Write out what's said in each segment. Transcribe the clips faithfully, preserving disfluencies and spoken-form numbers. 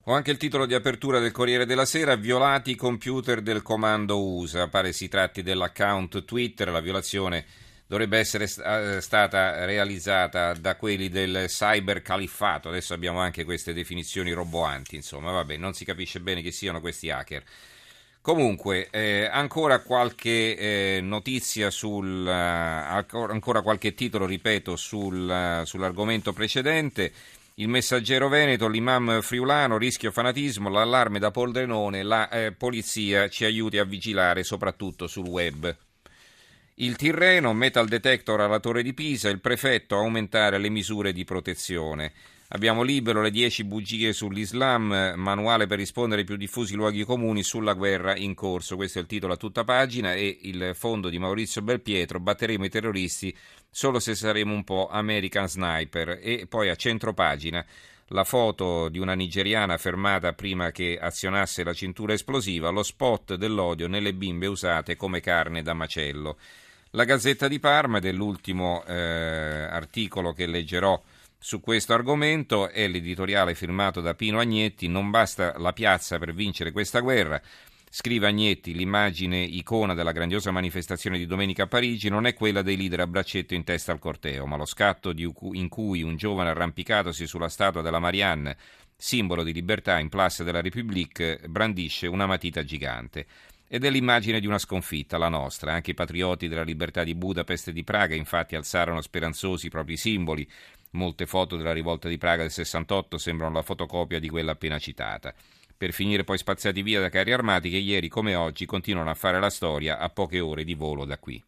Ho anche il titolo di apertura del Corriere della Sera: violati i computer del comando U S A. Pare si tratti dell'account Twitter. La violazione dovrebbe essere stata realizzata da quelli del cyber califfato. Adesso abbiamo anche queste definizioni roboanti, insomma, vabbè, non si capisce bene chi siano questi hacker. Comunque, eh, ancora qualche eh, notizia sul, eh, ancora qualche titolo, ripeto, sul, uh, sull'argomento precedente. Il Messaggero Veneto: l'imam friulano, rischio fanatismo, l'allarme da Poldenone, la eh, polizia ci aiuti a vigilare soprattutto sul web. Il Tirreno: metal detector alla Torre di Pisa, il prefetto a aumentare le misure di protezione. Abbiamo Libero: le dieci bugie sull'Islam, manuale per rispondere ai più diffusi luoghi comuni sulla guerra in corso. Questo è il titolo a tutta pagina. E il fondo di Maurizio Belpietro: batteremo i terroristi solo se saremo un po' American Sniper. E poi a centropagina la foto di una nigeriana fermata prima che azionasse la cintura esplosiva, lo spot dell'odio nelle bimbe usate come carne da macello. La Gazzetta di Parma, ed è l'ultimo eh, articolo che leggerò su questo argomento, è l'editoriale firmato da Pino Agnetti: non basta la piazza per vincere questa guerra. Scrive Agnetti: l'immagine icona della grandiosa manifestazione di domenica a Parigi non è quella dei leader a braccetto in testa al corteo, ma lo scatto di, in cui un giovane arrampicatosi sulla statua della Marianne, simbolo di libertà in Place de la République, brandisce una matita gigante. Ed è l'immagine di una sconfitta, la nostra. Anche i patrioti della libertà di Budapest e di Praga infatti alzarono speranzosi i propri simboli. Molte foto della rivolta di Praga del sessantotto sembrano la fotocopia di quella appena citata, per finire poi spazzati via da carri armati che ieri come oggi continuano a fare la storia a poche ore di volo da qui.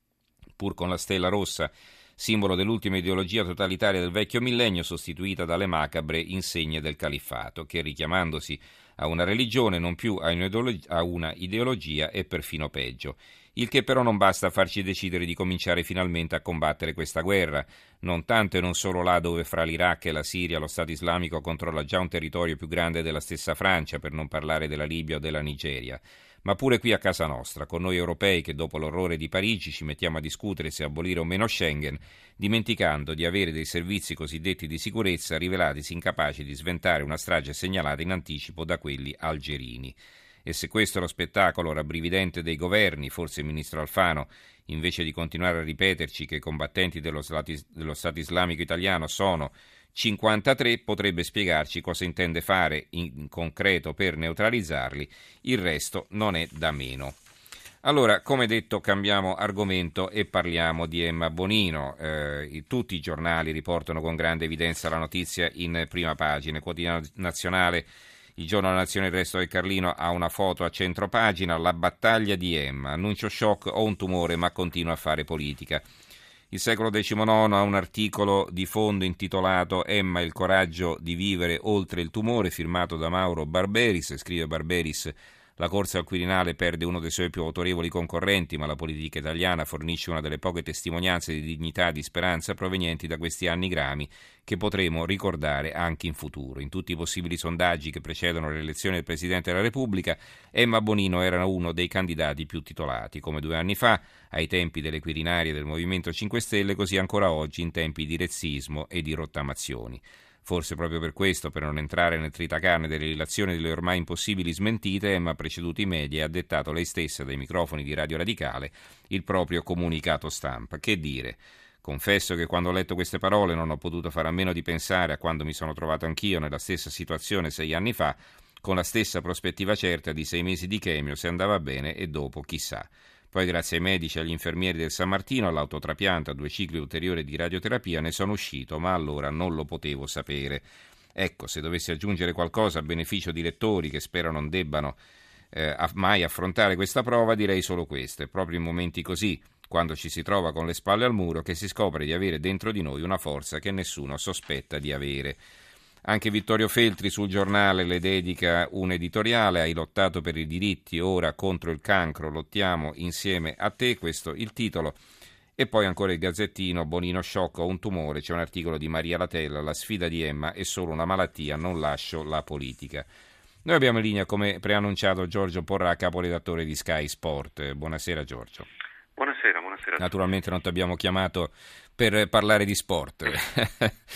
Pur con la stella rossa, simbolo dell'ultima ideologia totalitaria del vecchio millennio, sostituita dalle macabre insegne del califfato, che richiamandosi a una religione, non più a una ideologia, è perfino peggio. Il che però non basta a farci decidere di cominciare finalmente a combattere questa guerra, non tanto e non solo là dove fra l'Iraq e la Siria lo Stato islamico controlla già un territorio più grande della stessa Francia, per non parlare della Libia o della Nigeria, ma pure qui a casa nostra, con noi europei che dopo l'orrore di Parigi ci mettiamo a discutere se abolire o meno Schengen, dimenticando di avere dei servizi cosiddetti di sicurezza rivelatisi incapaci di sventare una strage segnalata in anticipo da quelli algerini. E se questo è lo spettacolo rabbrividente dei governi, forse il ministro Alfano, invece di continuare a ripeterci che i combattenti dello Stato, dello Stato islamico italiano sono cinquantatré, potrebbe spiegarci cosa intende fare in concreto per neutralizzarli. Il resto non è da meno. Allora, come detto, cambiamo argomento e parliamo di Emma Bonino. Eh, tutti i giornali riportano con grande evidenza la notizia in prima pagina. Il Quotidiano Nazionale, il Giorno della Nazione, il Resto del Carlino ha una foto a centropagina: la battaglia di Emma, annuncio shock, ho un tumore ma continuo a fare politica. Il Secolo diciannove ha un articolo di fondo intitolato Emma, il coraggio di vivere oltre il tumore, firmato da Mauro Barberis. Scrive Barberis: la corsa al Quirinale perde uno dei suoi più autorevoli concorrenti, ma la politica italiana fornisce una delle poche testimonianze di dignità e di speranza provenienti da questi anni grami che potremo ricordare anche in futuro. In tutti i possibili sondaggi che precedono le elezioni del Presidente della Repubblica, Emma Bonino era uno dei candidati più titolati, come due anni fa, ai tempi delle Quirinarie del Movimento cinque Stelle, così ancora oggi in tempi di rezzismo e di rottamazioni. Forse proprio per questo, per non entrare nel tritacarne delle relazioni delle ormai impossibili smentite, Emma ha preceduto i media e ha dettato lei stessa dai microfoni di Radio Radicale il proprio comunicato stampa. Che dire? Confesso che quando ho letto queste parole non ho potuto fare a meno di pensare a quando mi sono trovato anch'io nella stessa situazione sei anni fa, con la stessa prospettiva certa di sei mesi di chemio se andava bene e dopo chissà. Poi grazie ai medici e agli infermieri del San Martino, all'autotrapianto, a due cicli ulteriori di radioterapia ne sono uscito, ma allora non lo potevo sapere. Ecco, se dovessi aggiungere qualcosa a beneficio di lettori che spero non debbano eh, mai affrontare questa prova, direi solo questo: è proprio in momenti così, quando ci si trova con le spalle al muro, che si scopre di avere dentro di noi una forza che nessuno sospetta di avere. Anche Vittorio Feltri sul Giornale le dedica un editoriale: hai lottato per i diritti, ora contro il cancro lottiamo insieme a te, questo il titolo. E poi ancora il Gazzettino: Bonino shock, ho un tumore, c'è un articolo di Maria Latella, la sfida di Emma è solo una malattia, non lascio la politica. Noi abbiamo in linea, come preannunciato, Giorgio Porrà, caporedattore di Sky Sport. Buonasera Giorgio. Buonasera, buonasera. Naturalmente non ti abbiamo chiamato per parlare di sport.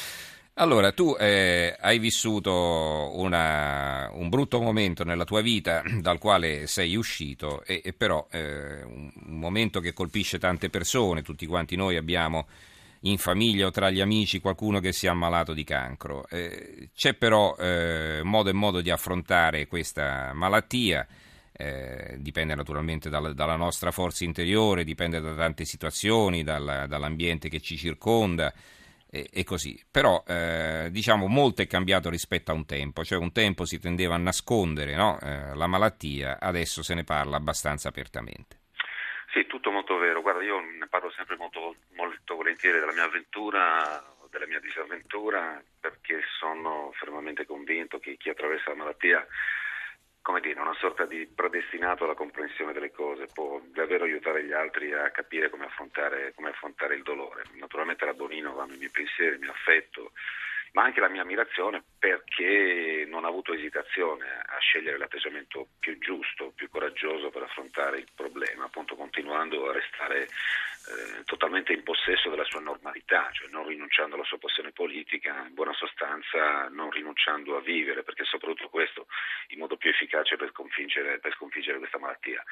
Allora, tu eh, hai vissuto una- un brutto momento nella tua vita dal quale sei uscito, e, e però eh, un, un momento che colpisce tante persone, tutti quanti noi abbiamo in famiglia o tra gli amici qualcuno che si è ammalato di cancro. Eh, c'è però eh, modo e modo di affrontare questa malattia. Eh, dipende naturalmente dal- dalla nostra forza interiore, dipende da tante situazioni, dal- dall'ambiente che ci circonda e, e così. Però eh, diciamo molto è cambiato rispetto a un tempo, cioè un tempo si tendeva a nascondere, no? Eh, la malattia, adesso se ne parla abbastanza apertamente. Sì, tutto molto vero. Guarda, io ne parlo sempre molto, molto volentieri della mia avventura, della mia disavventura, perché sono fermamente convinto che chi attraversa la malattia, come dire, è una sorta di predestinato alla comprensione delle cose, può davvero aiutare gli altri a capire come affrontare, come affrontare il dolore. Naturalmente da Bonino vanno i miei pensieri, il mio affetto, ma anche la mia ammirazione, perché non ha avuto esitazione a scegliere l'atteggiamento più giusto, più coraggioso per affrontare il problema, appunto continuando a restare eh, totalmente in possesso della sua normalità, cioè non rinunciando alla sua passione politica, in buona sostanza non rinunciando a vivere, perché è soprattutto questo il modo più efficace per sconfiggere, per sconfiggere questa malattia.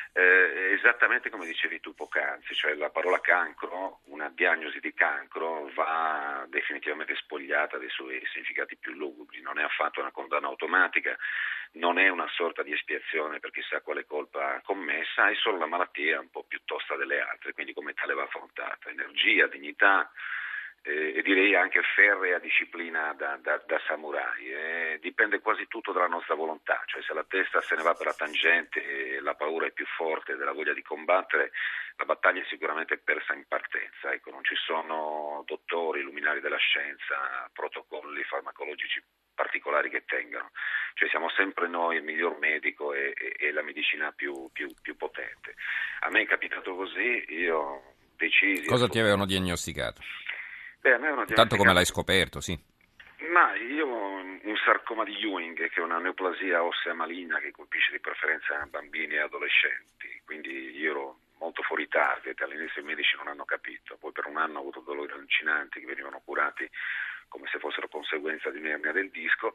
Eh, esattamente come dicevi tu poc'anzi, cioè la parola cancro, una diagnosi di cancro va definitivamente spogliata dei suoi significati più lugubri, non è affatto una condanna automatica, non è una sorta di espiazione per chissà quale colpa commessa, è solo una malattia un po' più tosta delle altre, quindi come tale va affrontata. Energia, dignità eh, e direi anche ferrea disciplina da, da, da samurai. Eh, dipende quasi tutto dalla nostra volontà, cioè se la testa se ne va per la tangente e la paura è più forte della voglia di combattere, la battaglia è sicuramente persa in partenza. Ecco, non ci sono dottori, luminari della scienza, protocolli farmacologici particolari che tengano, cioè siamo sempre noi il miglior medico e, e, e la medicina più, più, più potente. A me è capitato così, io decisi... Cosa ti avevano diagnosticato? Beh, a me hanno Tanto come l'hai diagnosticato... scoperto, sì. Ma io ho un sarcoma di Ewing, che è una neoplasia ossea maligna che colpisce di preferenza bambini e adolescenti, quindi io ero molto fuori target, all'inizio i medici non hanno capito, poi per un anno ho avuto dolori allucinanti che venivano curati come se fossero conseguenza di un'ernia del disco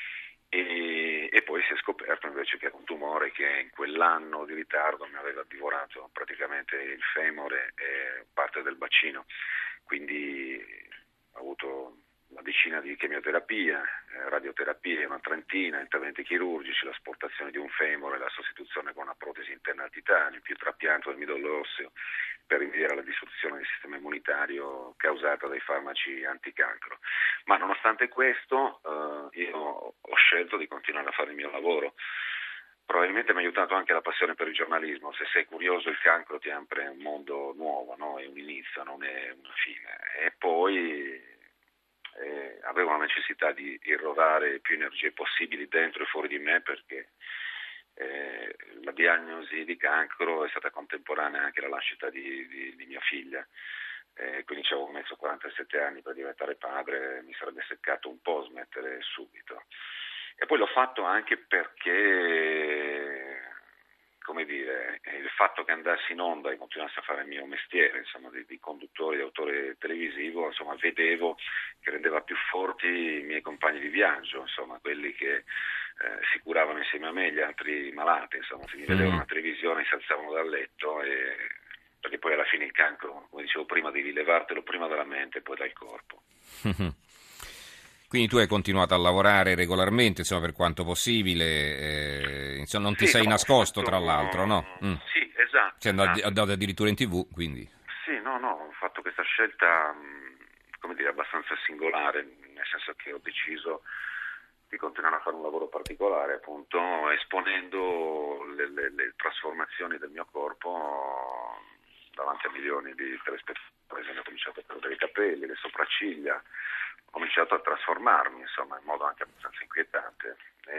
e, e poi si è scoperto invece che era un tumore che in quell'anno di ritardo mi aveva divorato praticamente il femore e parte del bacino, quindi ho avuto una decina di chemioterapie, eh, radioterapie, una trentina, interventi chirurgici, l'asportazione di un femore, la sostituzione con una protesi interna al titanio, più trapianto del midollo osseo per rimediare alla distruzione del sistema immunitario causata dai farmaci anticancro. Ma nonostante questo eh, io ho scelto di continuare a fare il mio lavoro. Probabilmente mi ha aiutato anche la passione per il giornalismo. Se sei curioso, il cancro ti apre un mondo nuovo, no? È un inizio, non è una fine. E poi eh, avevo la necessità di irrorare più energie possibili dentro e fuori di me, perché eh, la diagnosi di cancro è stata contemporanea anche alla nascita di, di, di mia figlia. Eh, quindi ci avevo messo quarantasette anni per diventare padre, mi sarebbe seccato un po' smettere subito. E poi l'ho fatto anche perché, come dire, il fatto che andassi in onda e continuassi a fare il mio mestiere, insomma, di, di conduttore, di autore televisivo, insomma, vedevo che rendeva più forti i miei compagni di viaggio, insomma, quelli che eh, si curavano insieme a me, gli altri malati, insomma, se mi vedevano Mm. alla televisione si alzavano dal letto, e, perché poi alla fine il cancro, come dicevo prima, devi levartelo prima dalla mente e poi dal corpo. Quindi tu hai continuato a lavorare regolarmente, insomma, per quanto possibile, eh, insomma, non ti Sì, sei no, ho nascosto, tra l'altro, fatto... no? Mm. Sì, esatto, Sei andato, esatto. andato addirittura in tivù, quindi. Sì, no, no, ho fatto questa scelta, mh, come dire, abbastanza singolare, nel senso che ho deciso di continuare a fare un lavoro particolare, appunto, esponendo le, le, le trasformazioni del mio corpo davanti a milioni di telespettatori. Per esempio, ho cominciato a perdere i capelli, le sopracciglia, ho cominciato a trasformarmi, insomma, in modo anche abbastanza inquietante.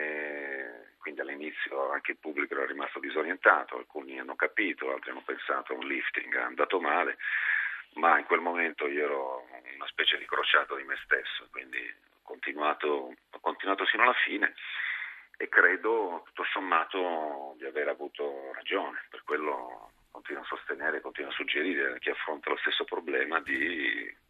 E quindi all'inizio anche il pubblico era rimasto disorientato, alcuni hanno capito, altri hanno pensato a un lifting andato male, ma in quel momento io ero una specie di crociato di me stesso, quindi ho continuato, ho continuato sino alla fine e credo tutto sommato di aver avuto ragione, per quello continuo a sostenere, continuo a suggerire a chi affronta lo stesso problema di,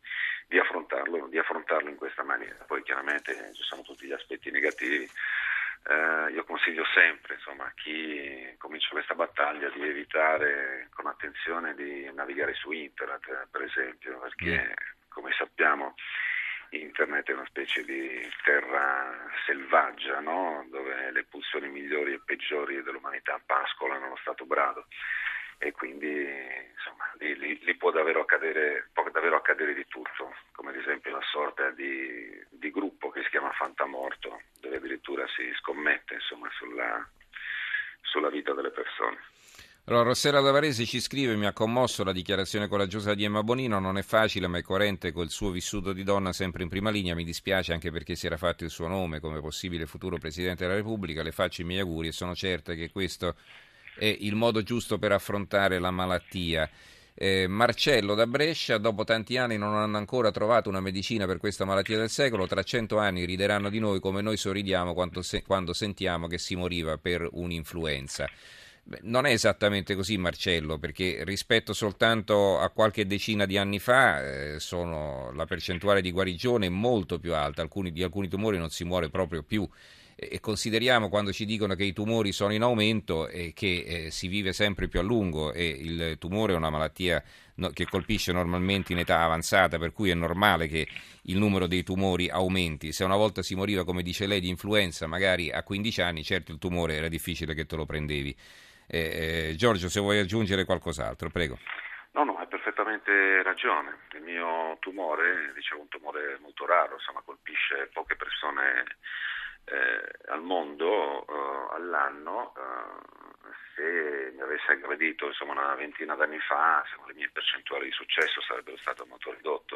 di affrontarlo, di affrontarlo in questa maniera. Poi chiaramente ci sono tutti gli aspetti negativi. Eh, io consiglio sempre, insomma, a chi comincia questa battaglia di evitare con attenzione di navigare su internet, per esempio, perché come sappiamo internet è una specie di terra selvaggia, no? Dove le pulsioni migliori e peggiori dell'umanità pascolano allo stato brado. E quindi insomma lì, lì, lì può davvero accadere può davvero accadere di tutto, come ad esempio una sorta di, di gruppo che si chiama Fantamorto, dove addirittura si scommette insomma sulla, sulla vita delle persone. Allora, Rossella Davaresi ci scrive: mi ha commosso la dichiarazione coraggiosa di Emma Bonino, non è facile ma è coerente col suo vissuto di donna sempre in prima linea, mi dispiace anche perché si era fatto il suo nome come possibile futuro Presidente della Repubblica, le faccio i miei auguri e sono certa che questo è il modo giusto per affrontare la malattia. Eh, Marcello da Brescia: dopo tanti anni non hanno ancora trovato una medicina per questa malattia del secolo, tra cento anni rideranno di noi come noi sorridiamo quando, se- quando sentiamo che si moriva per un'influenza. Beh, non è esattamente così, Marcello, perché rispetto soltanto a qualche decina di anni fa eh, sono, la percentuale di guarigione è molto più alta, alcuni, di alcuni tumori non si muore proprio più. E consideriamo, quando ci dicono che i tumori sono in aumento, e che eh, si vive sempre più a lungo e il tumore è una malattia no, che colpisce normalmente in età avanzata, per cui è normale che il numero dei tumori aumenti. Se una volta si moriva, come dice lei, di influenza magari a quindici anni, certo il tumore era difficile che te lo prendevi. Eh, eh, Giorgio, se vuoi aggiungere qualcos'altro, prego. No, no, hai perfettamente ragione. Il mio tumore, dicevo, un tumore molto raro, insomma, colpisce poche persone Eh, al mondo eh, all'anno. Eh, se mi avesse aggredito insomma una ventina d'anni fa, insomma, le mie percentuali di successo sarebbero state molto ridotto,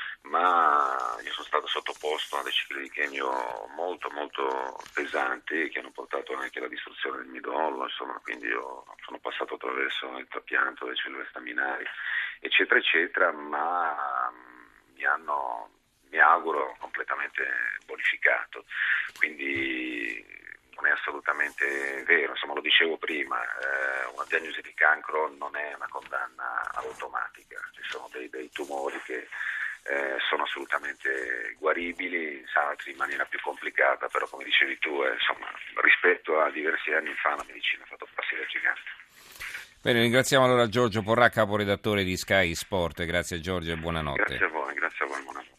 ma io sono stato sottoposto a dei cicli di chemio molto molto pesanti che hanno portato anche alla distruzione del midollo, insomma, quindi io sono passato attraverso il trapianto delle cellule staminali eccetera eccetera, ma mi hanno, mi auguro, completamente bonificato, quindi non è assolutamente vero, insomma lo dicevo prima, eh, una diagnosi di cancro non è una condanna automatica, ci sono dei, dei tumori che eh, sono assolutamente guaribili, altri in maniera più complicata, però come dicevi tu, eh, insomma, rispetto a diversi anni fa la medicina ha fatto passi da gigante. Bene, ringraziamo allora Giorgio Porrà, caporedattore di Sky Sport. Grazie Giorgio e buonanotte. Grazie a voi, grazie a voi.